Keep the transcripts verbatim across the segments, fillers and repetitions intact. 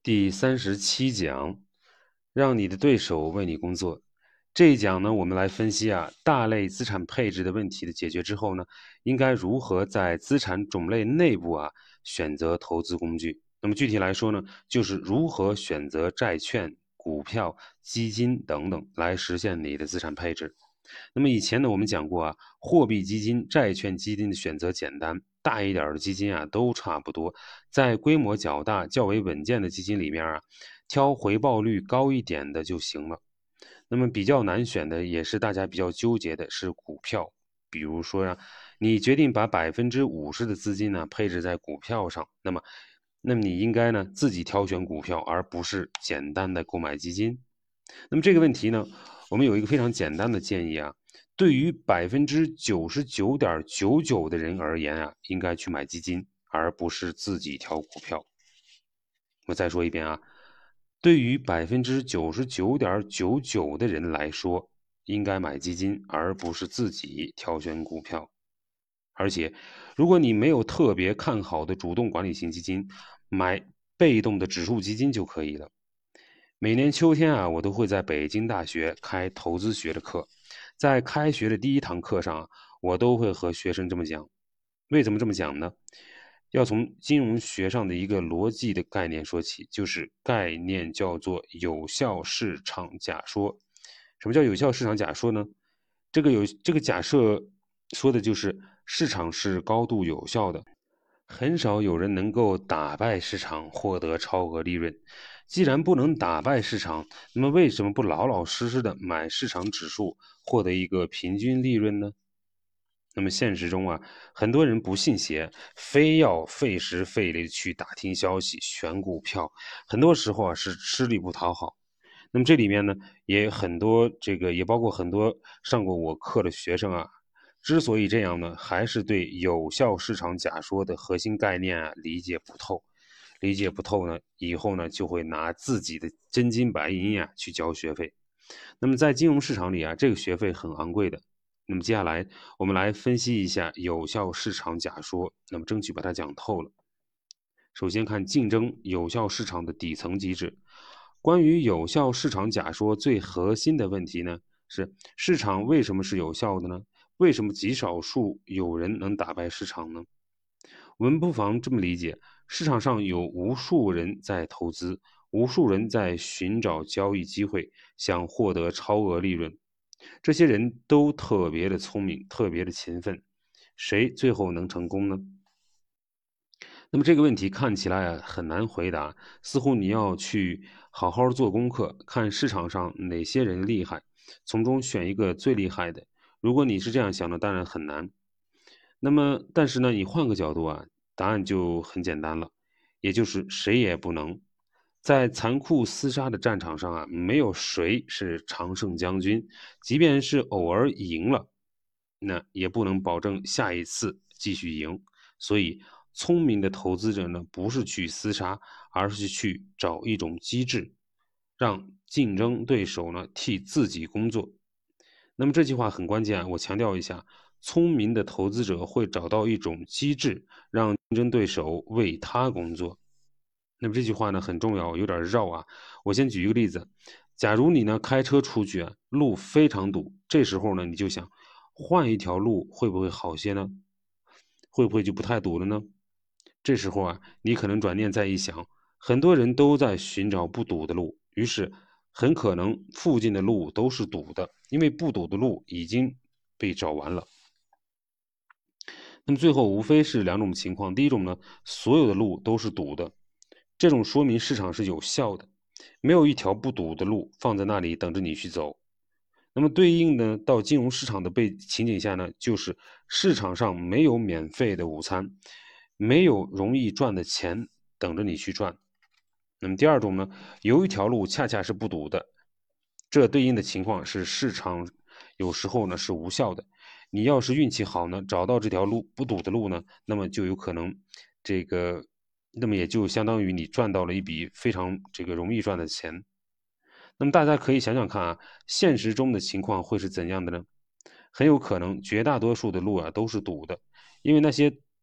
第三十七讲，让你的对手为你工作。这一讲呢，我们来分析啊，大类资产配置的问题的解决之后呢，应该如何在资产种类内部啊选择投资工具。那么具体来说呢，就是如何选择债券、股票、基金等等来实现你的资产配置。那么以前呢，我们讲过啊，货币基金、债券基金的选择简单，大一点的基金啊都差不多，在规模较大、较为稳健的基金里面啊，挑回报率高一点的就行了。那么比较难选的，也是大家比较纠结的是股票。比如说呀、你决定把百分之五十的资金呢配置在股票上，那么，那么你应该呢自己挑选股票，而不是简单的购买基金。那么这个问题呢，我们有一个非常简单的建议啊，对于百分之九十九点九九的人而言啊，应该去买基金，而不是自己挑股票。我再说一遍啊，对于百分之九十九点九九的人来说，应该买基金，而不是自己挑选股票。而且，如果你没有特别看好的主动管理型基金，买被动的指数基金就可以了。每年秋天啊，我都会在北京大学开投资学的课，在开学的第一堂课上啊，我都会和学生这么讲。为什么这么讲呢？要从金融学上的一个逻辑的概念说起，就是概念叫做有效市场假说。什么叫有效市场假说呢？这个有这个假设说的就是市场是高度有效的，很少有人能够打败市场获得超额利润。既然不能打败市场，那么为什么不老老实实的买市场指数，获得一个平均利润呢？那么现实中啊，很多人不信邪，非要费时费力去打听消息、选股票，很多时候啊是吃力不讨好。那么这里面呢，也很多这个也包括很多上过我课的学生啊，之所以这样呢，还是对有效市场假说的核心概念啊理解不透。理解不透呢，以后呢就会拿自己的真金白银呀去交学费。那么在金融市场里啊，这个学费很昂贵的。那么接下来我们来分析一下有效市场假说，那么争取把它讲透了。首先看竞争有效市场的底层机制。关于有效市场假说最核心的问题呢，是市场为什么是有效的呢？为什么极少数有人能打败市场呢？我们不妨这么理解：市场上有无数人在投资，无数人在寻找交易机会，想获得超额利润。这些人都特别的聪明，特别的勤奋，谁最后能成功呢？那么这个问题看起来啊很难回答，似乎你要去好好做功课，看市场上哪些人厉害，从中选一个最厉害的。如果你是这样想的，当然很难。那么，但是呢，你换个角度啊，答案就很简单了，也就是谁也不能。在残酷厮杀的战场上啊，没有谁是常胜将军，即便是偶尔赢了，那也不能保证下一次继续赢。所以，聪明的投资者呢，不是去厮杀，而是去找一种机制，让竞争对手呢替自己工作。那么这句话很关键啊，我强调一下，聪明的投资者会找到一种机制，让竞争对手为他工作。那么这句话呢很重要，有点绕啊。我先举一个例子，假如你呢开车出去啊，路非常堵，这时候呢你就想换一条路会不会好些呢？会不会就不太堵了呢？这时候啊，你可能转念再一想，很多人都在寻找不堵的路，于是很可能附近的路都是堵的，因为不堵的路已经被找完了。那么最后无非是两种情况，第一种呢，所有的路都是堵的，这种说明市场是有效的，没有一条不堵的路放在那里等着你去走。那么对应呢，到金融市场的背情景下呢，就是市场上没有免费的午餐，没有容易赚的钱等着你去赚。那么第二种呢，有一条路恰恰是不堵的，这对应的情况是市场有时候呢是无效的。你要是运气好呢，找到这条路不堵的路呢，那么就有可能这个，那么也就相当于你赚到了一笔非常这个容易赚的钱。那么大家可以想想看啊，现实中的情况会是怎样的呢？很有可能绝大多数的路啊都是堵的，因为那些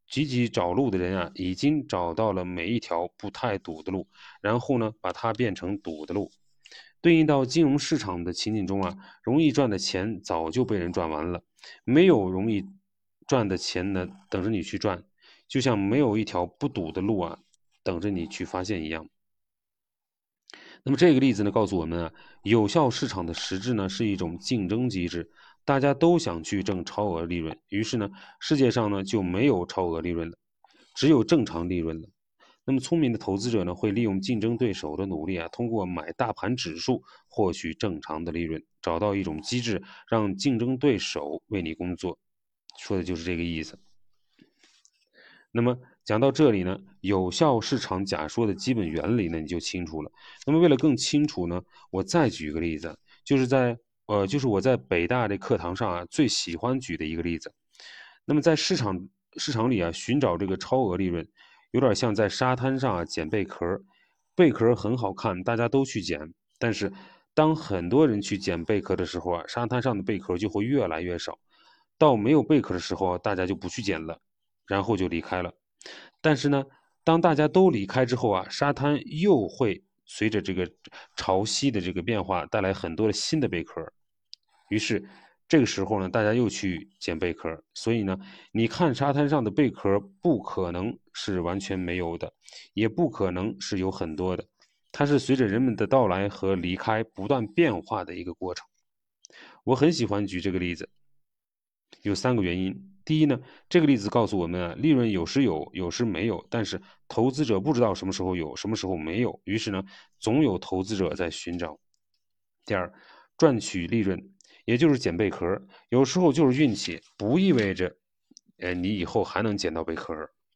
积极找路的人啊，已经找到了每一条不太堵的路，然后呢，把它变成堵的路。对应到金融市场的情景中啊，容易赚的钱早就被人赚完了，没有容易赚的钱呢，等着你去赚，就像没有一条不堵的路啊，等着你去发现一样。那么这个例子呢，告诉我们啊，有效市场的实质呢是一种竞争机制，大家都想去挣超额利润，于是呢，世界上呢就没有超额利润了，只有正常利润了。那么聪明的投资者呢，会利用竞争对手的努力啊，通过买大盘指数获取正常的利润，找到一种机制，让竞争对手为你工作，说的就是这个意思。那么讲到这里呢，有效市场假说的基本原理呢，你就清楚了。那么为了更清楚呢，我再举个例子，就是在呃，就是我在北大的课堂上啊，最喜欢举的一个例子。那么在市场市场里啊，寻找这个超额利润，有点像在沙滩上啊捡贝壳。贝壳很好看，大家都去捡，但是当很多人去捡贝壳的时候啊，沙滩上的贝壳就会越来越少。到没有贝壳的时候啊，大家就不去捡了，然后就离开了。但是呢，当大家都离开之后啊，沙滩又会随着这个潮汐的这个变化，带来很多的新的贝壳。于是这个时候呢，大家又去捡贝壳。所以呢，你看沙滩上的贝壳不可能是完全没有的，也不可能是有很多的，它是随着人们的到来和离开不断变化的一个过程。我很喜欢举这个例子，有三个原因。第一呢，这个例子告诉我们啊，利润有时有，有时没有，但是投资者不知道什么时候有，什么时候没有，于是呢，总有投资者在寻找。第二，赚取利润，也就是捡贝壳，有时候就是运气，不意味着，呃，你以后还能捡到贝壳。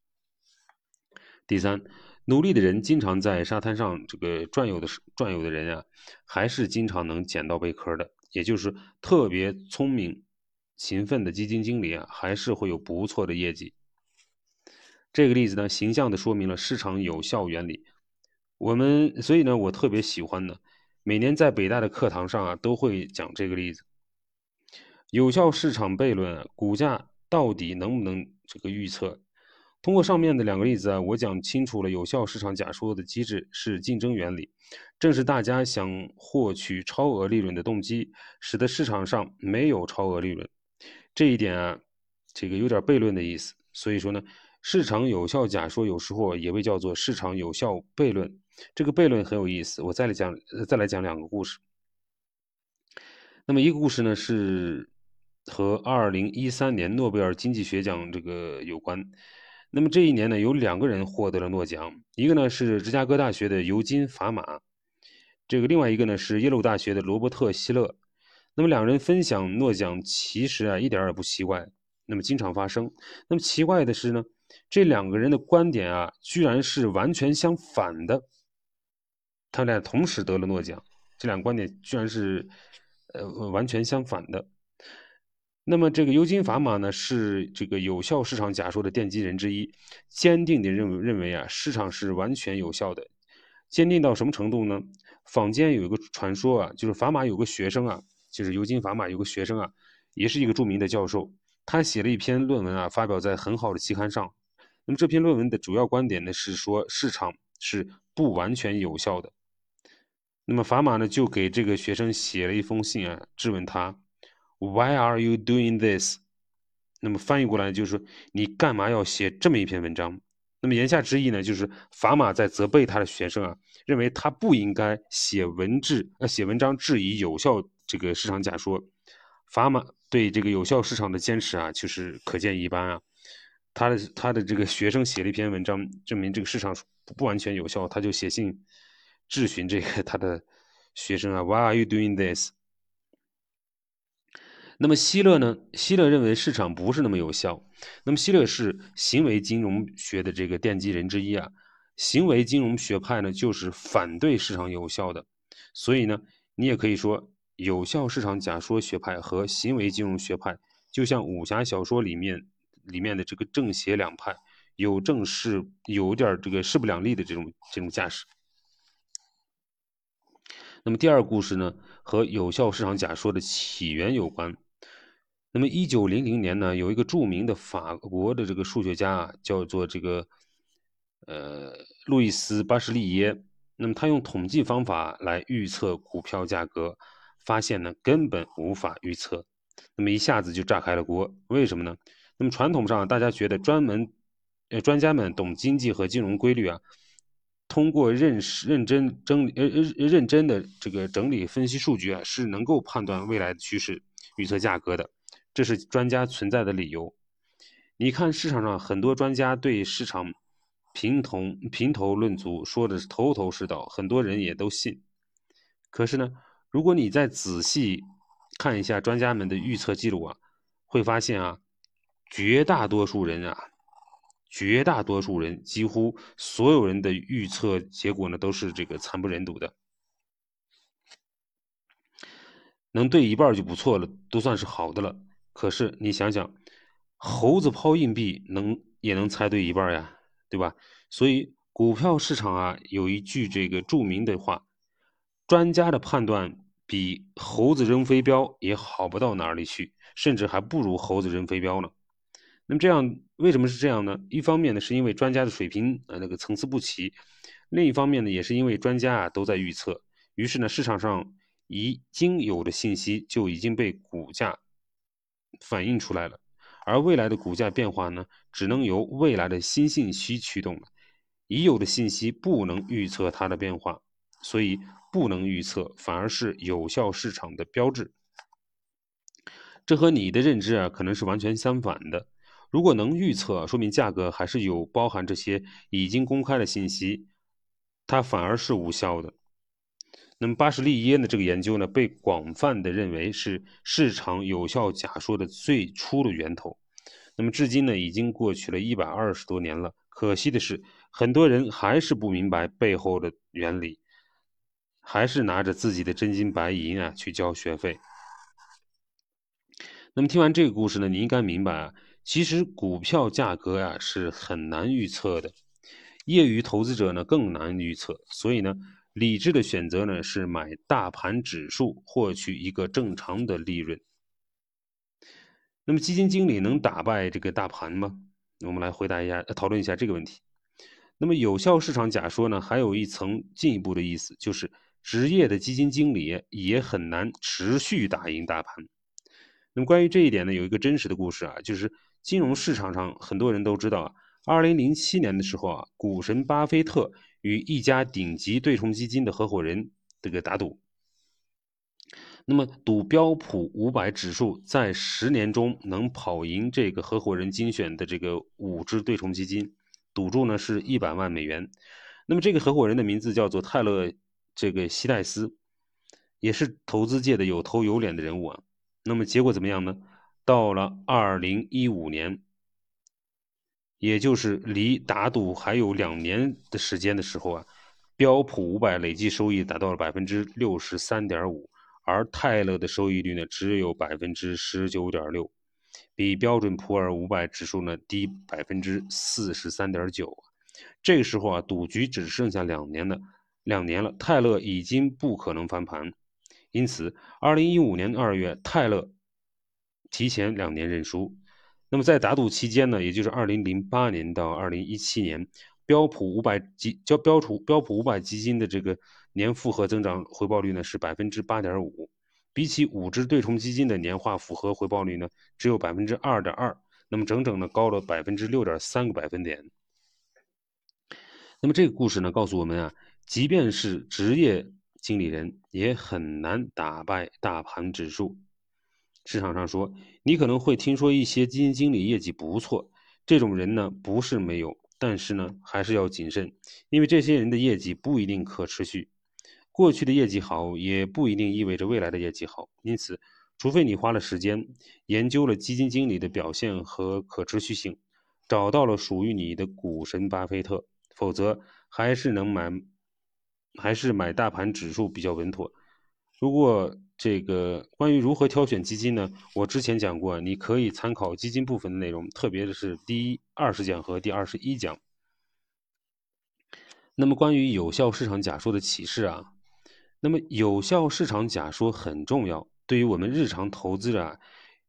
第三，努力的人经常在沙滩上这个转悠的转悠的人啊，还是经常能捡到贝壳的，也就是特别聪明、勤奋的基金经理啊，还是会有不错的业绩。这个例子呢，形象的说明了市场有效原理。我们所以呢，我特别喜欢呢，每年在北大的课堂上啊，都会讲这个例子。有效市场悖论啊，股价到底能不能这个预测？通过上面的两个例子啊，我讲清楚了有效市场假说的机制是竞争原理，正是大家想获取超额利润的动机，使得市场上没有超额利润。这一点啊，这个有点悖论的意思。所以说呢，市场有效假说有时候也被叫做市场有效悖论。这个悖论很有意思，我再来讲，呃再来讲两个故事。那么一个故事呢是和二零一三年诺贝尔经济学奖这个有关。那么这一年呢，有两个人获得了诺奖，一个呢是芝加哥大学的尤金·法玛，这个另外一个呢是耶鲁大学的罗伯特·希勒。那么两人分享诺奖，其实啊一点也不奇怪，那么经常发生。那么奇怪的是呢，这两个人的观点啊，居然是完全相反的。他俩同时得了诺奖，这两个观点居然是呃完全相反的。那么这个尤金·法玛呢，是这个有效市场假说的奠基人之一，坚定地认为认为啊，市场是完全有效的。坚定到什么程度呢？坊间有一个传说啊，就是法玛有个学生啊，就是尤金·法玛有个学生啊，也是一个著名的教授，他写了一篇论文啊，发表在很好的期刊上。那么这篇论文的主要观点呢，是说市场是不完全有效的。那么法玛呢，就给这个学生写了一封信啊，质问他 "Why are you doing this?" 那么翻译过来就是说，你干嘛要写这么一篇文章？那么言下之意呢，就是法玛在责备他的学生啊，认为他不应该写文质呃写文章质疑有效这个市场假说。法玛对这个有效市场的坚持啊，就是可见一斑啊。他的他的这个学生写了一篇文章，证明这个市场不完全有效，他就写信质询这个他的学生啊 "Why are you doing this?" 那么希勒呢？希勒认为市场不是那么有效。那么希勒是行为金融学的这个奠基人之一啊。行为金融学派呢，就是反对市场有效的。所以呢，你也可以说，有效市场假说学派和行为金融学派，就像武侠小说里面里面的这个正邪两派，有正势，有点这个势不两立的这种这种架势。那么第二个故事呢，和有效市场假说的起源有关。 那么一九零零年呢，有一个著名的法国的这个数学家啊，叫做这个呃路易斯·巴什利耶。那么他用统计方法来预测股票价格，发现呢根本无法预测，那么一下子就炸开了锅。为什么呢？那么传统上大家觉得专门呃专家们懂经济和金融规律啊，通过认识认真整理呃呃认真的这个整理分析数据啊，是能够判断未来的趋势、预测价格的。这是专家存在的理由。你看市场上很多专家对市场评头评头论足，说的是头头是道，很多人也都信。可是呢，如果你再仔细看一下专家们的预测记录啊，会发现啊，绝大多数人啊，绝大多数人几乎所有人的预测结果呢，都是这个惨不忍睹的。能对一半就不错了，都算是好的了。可是你想想，猴子抛硬币能也能猜对一半呀，对吧？所以股票市场啊，有一句这个著名的话：专家的判断比猴子扔飞镖也好不到哪里去，甚至还不如猴子扔飞镖呢。那么这样为什么是这样呢？一方面呢，是因为专家的水平呃那个层次不齐；另一方面呢，也是因为专家啊都在预测，于是呢，市场上已经有的信息就已经被股价反映出来了，而未来的股价变化呢，只能由未来的新信息驱动了。已有的信息不能预测它的变化，所以不能预测反而是有效市场的标志。这和你的认知啊可能是完全相反的。如果能预测，说明价格还是有包含这些已经公开的信息，它反而是无效的。那么巴什利耶的这个研究呢，被广泛的认为是市场有效假说的最初的源头。那么至今呢，已经过去了一百二十多年了。可惜的是，很多人还是不明白背后的原理，还是拿着自己的真金白银啊去交学费。那么听完这个故事呢，你应该明白啊，其实股票价格呀、是很难预测的，业余投资者呢更难预测，所以呢，理智的选择呢是买大盘指数，获取一个正常的利润。那么基金经理能打败这个大盘吗？我们来回答一下，呃讨论一下这个问题。那么有效市场假说呢，还有一层进一步的意思，就是职业的基金经理也很难持续打赢大盘。那么关于这一点呢，有一个真实的故事啊，就是金融市场上很多人都知道啊，二零零七年的时候啊，股神巴菲特与一家顶级对冲基金的合伙人这个打赌，那么赌标普五百指数在十年中能跑赢这个合伙人精选的这个五只对冲基金，赌注呢是一百万美元。那么这个合伙人的名字叫做泰勒这个希戴斯，也是投资界的有头有脸的人物啊。那么结果怎么样呢？到了二零一五年，也就是离打赌还有两年的时间的时候啊，标普五百累计收益达到了百分之六十三点五，而泰勒的收益率呢只有百分之十九点六，比标准普尔五百指数呢低百分之四十三点九。这个时候啊，赌局只剩下两年了，两年了，泰勒已经不可能翻盘。因此，二零一五年二月，泰勒提前两年认输。那么在打赌期间呢，也就是二零零八年到二零一七年，标普五百基交标普标普五百基金的这个年复合增长回报率呢是百分之八点五，比起五只对冲基金的年化复合回报率呢只有百分之二点二，那么整整呢高了百分之六点三个百分点。那么这个故事呢告诉我们啊，即便是职业经理人也很难打败大盘指数。市场上说，你可能会听说一些基金经理业绩不错，这种人呢不是没有，但是呢还是要谨慎，因为这些人的业绩不一定可持续，过去的业绩好也不一定意味着未来的业绩好，因此，除非你花了时间研究了基金经理的表现和可持续性，找到了属于你的股神巴菲特，否则还是能买，还是买大盘指数比较稳妥。如果这个关于如何挑选基金呢，我之前讲过，你可以参考基金部分的内容，特别的是第二十讲和第二十一讲。那么关于有效市场假说的启示啊，那么有效市场假说很重要，对于我们日常投资者啊，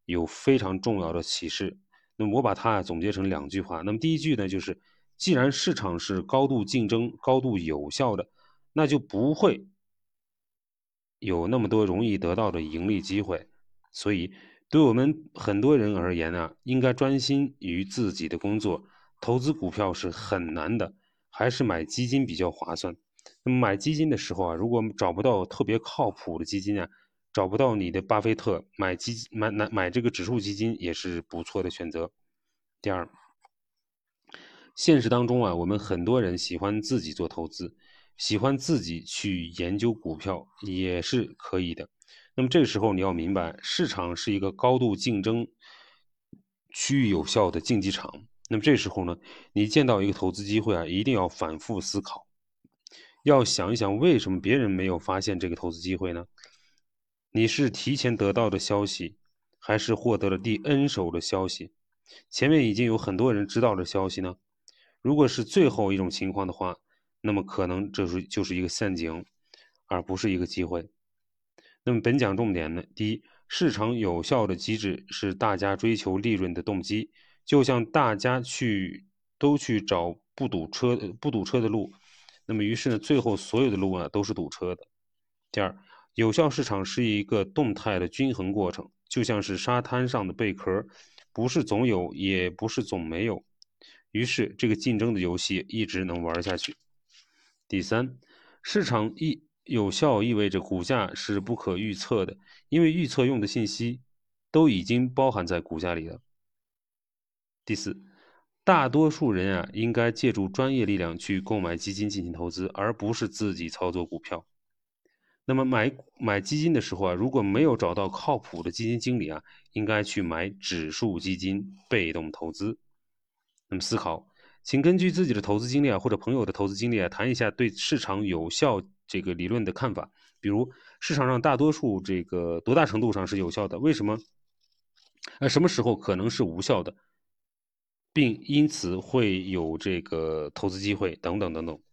有非常重要的启示。那么我把它总结成两句话。那么第一句呢，就是既然市场是高度竞争、高度有效的，那就不会有那么多容易得到的盈利机会。所以对我们很多人而言啊，应该专心于自己的工作。投资股票是很难的，还是买基金比较划算。那么买基金的时候啊，如果找不到特别靠谱的基金啊，找不到你的巴菲特，买基买买买这个指数基金也是不错的选择。第二，现实当中啊，我们很多人喜欢自己做投资，喜欢自己去研究股票也是可以的。那么这个时候你要明白，市场是一个高度竞争、趋于有效的竞技场。那么这时候呢，你见到一个投资机会啊，一定要反复思考，要想一想为什么别人没有发现这个投资机会呢？你是提前得到的消息，还是获得了第 N 手的消息？前面已经有很多人知道的消息呢？如果是最后一种情况的话，那么可能这是就是一个陷阱，而不是一个机会。那么本讲重点呢，第一，市场有效的机制是大家追求利润的动机，就像大家去都去找不堵车不堵车的路，那么于是呢，最后所有的路啊都是堵车的。第二，有效市场是一个动态的均衡过程，就像是沙滩上的贝壳，不是总有，也不是总没有。于是这个竞争的游戏一直能玩下去。第三，市场意有效意味着股价是不可预测的，因为预测用的信息都已经包含在股价里了。第四，大多数人啊，应该借助专业力量去购买基金进行投资，而不是自己操作股票。那么买买基金的时候啊，如果没有找到靠谱的基金经理啊，应该去买指数基金，被动投资。那么思考，请根据自己的投资经历啊，或者朋友的投资经历啊，谈一下对市场有效这个理论的看法。比如市场上大多数这个多大程度上是有效的？为什么？呃，什么时候可能是无效的，并因此会有这个投资机会等等等等。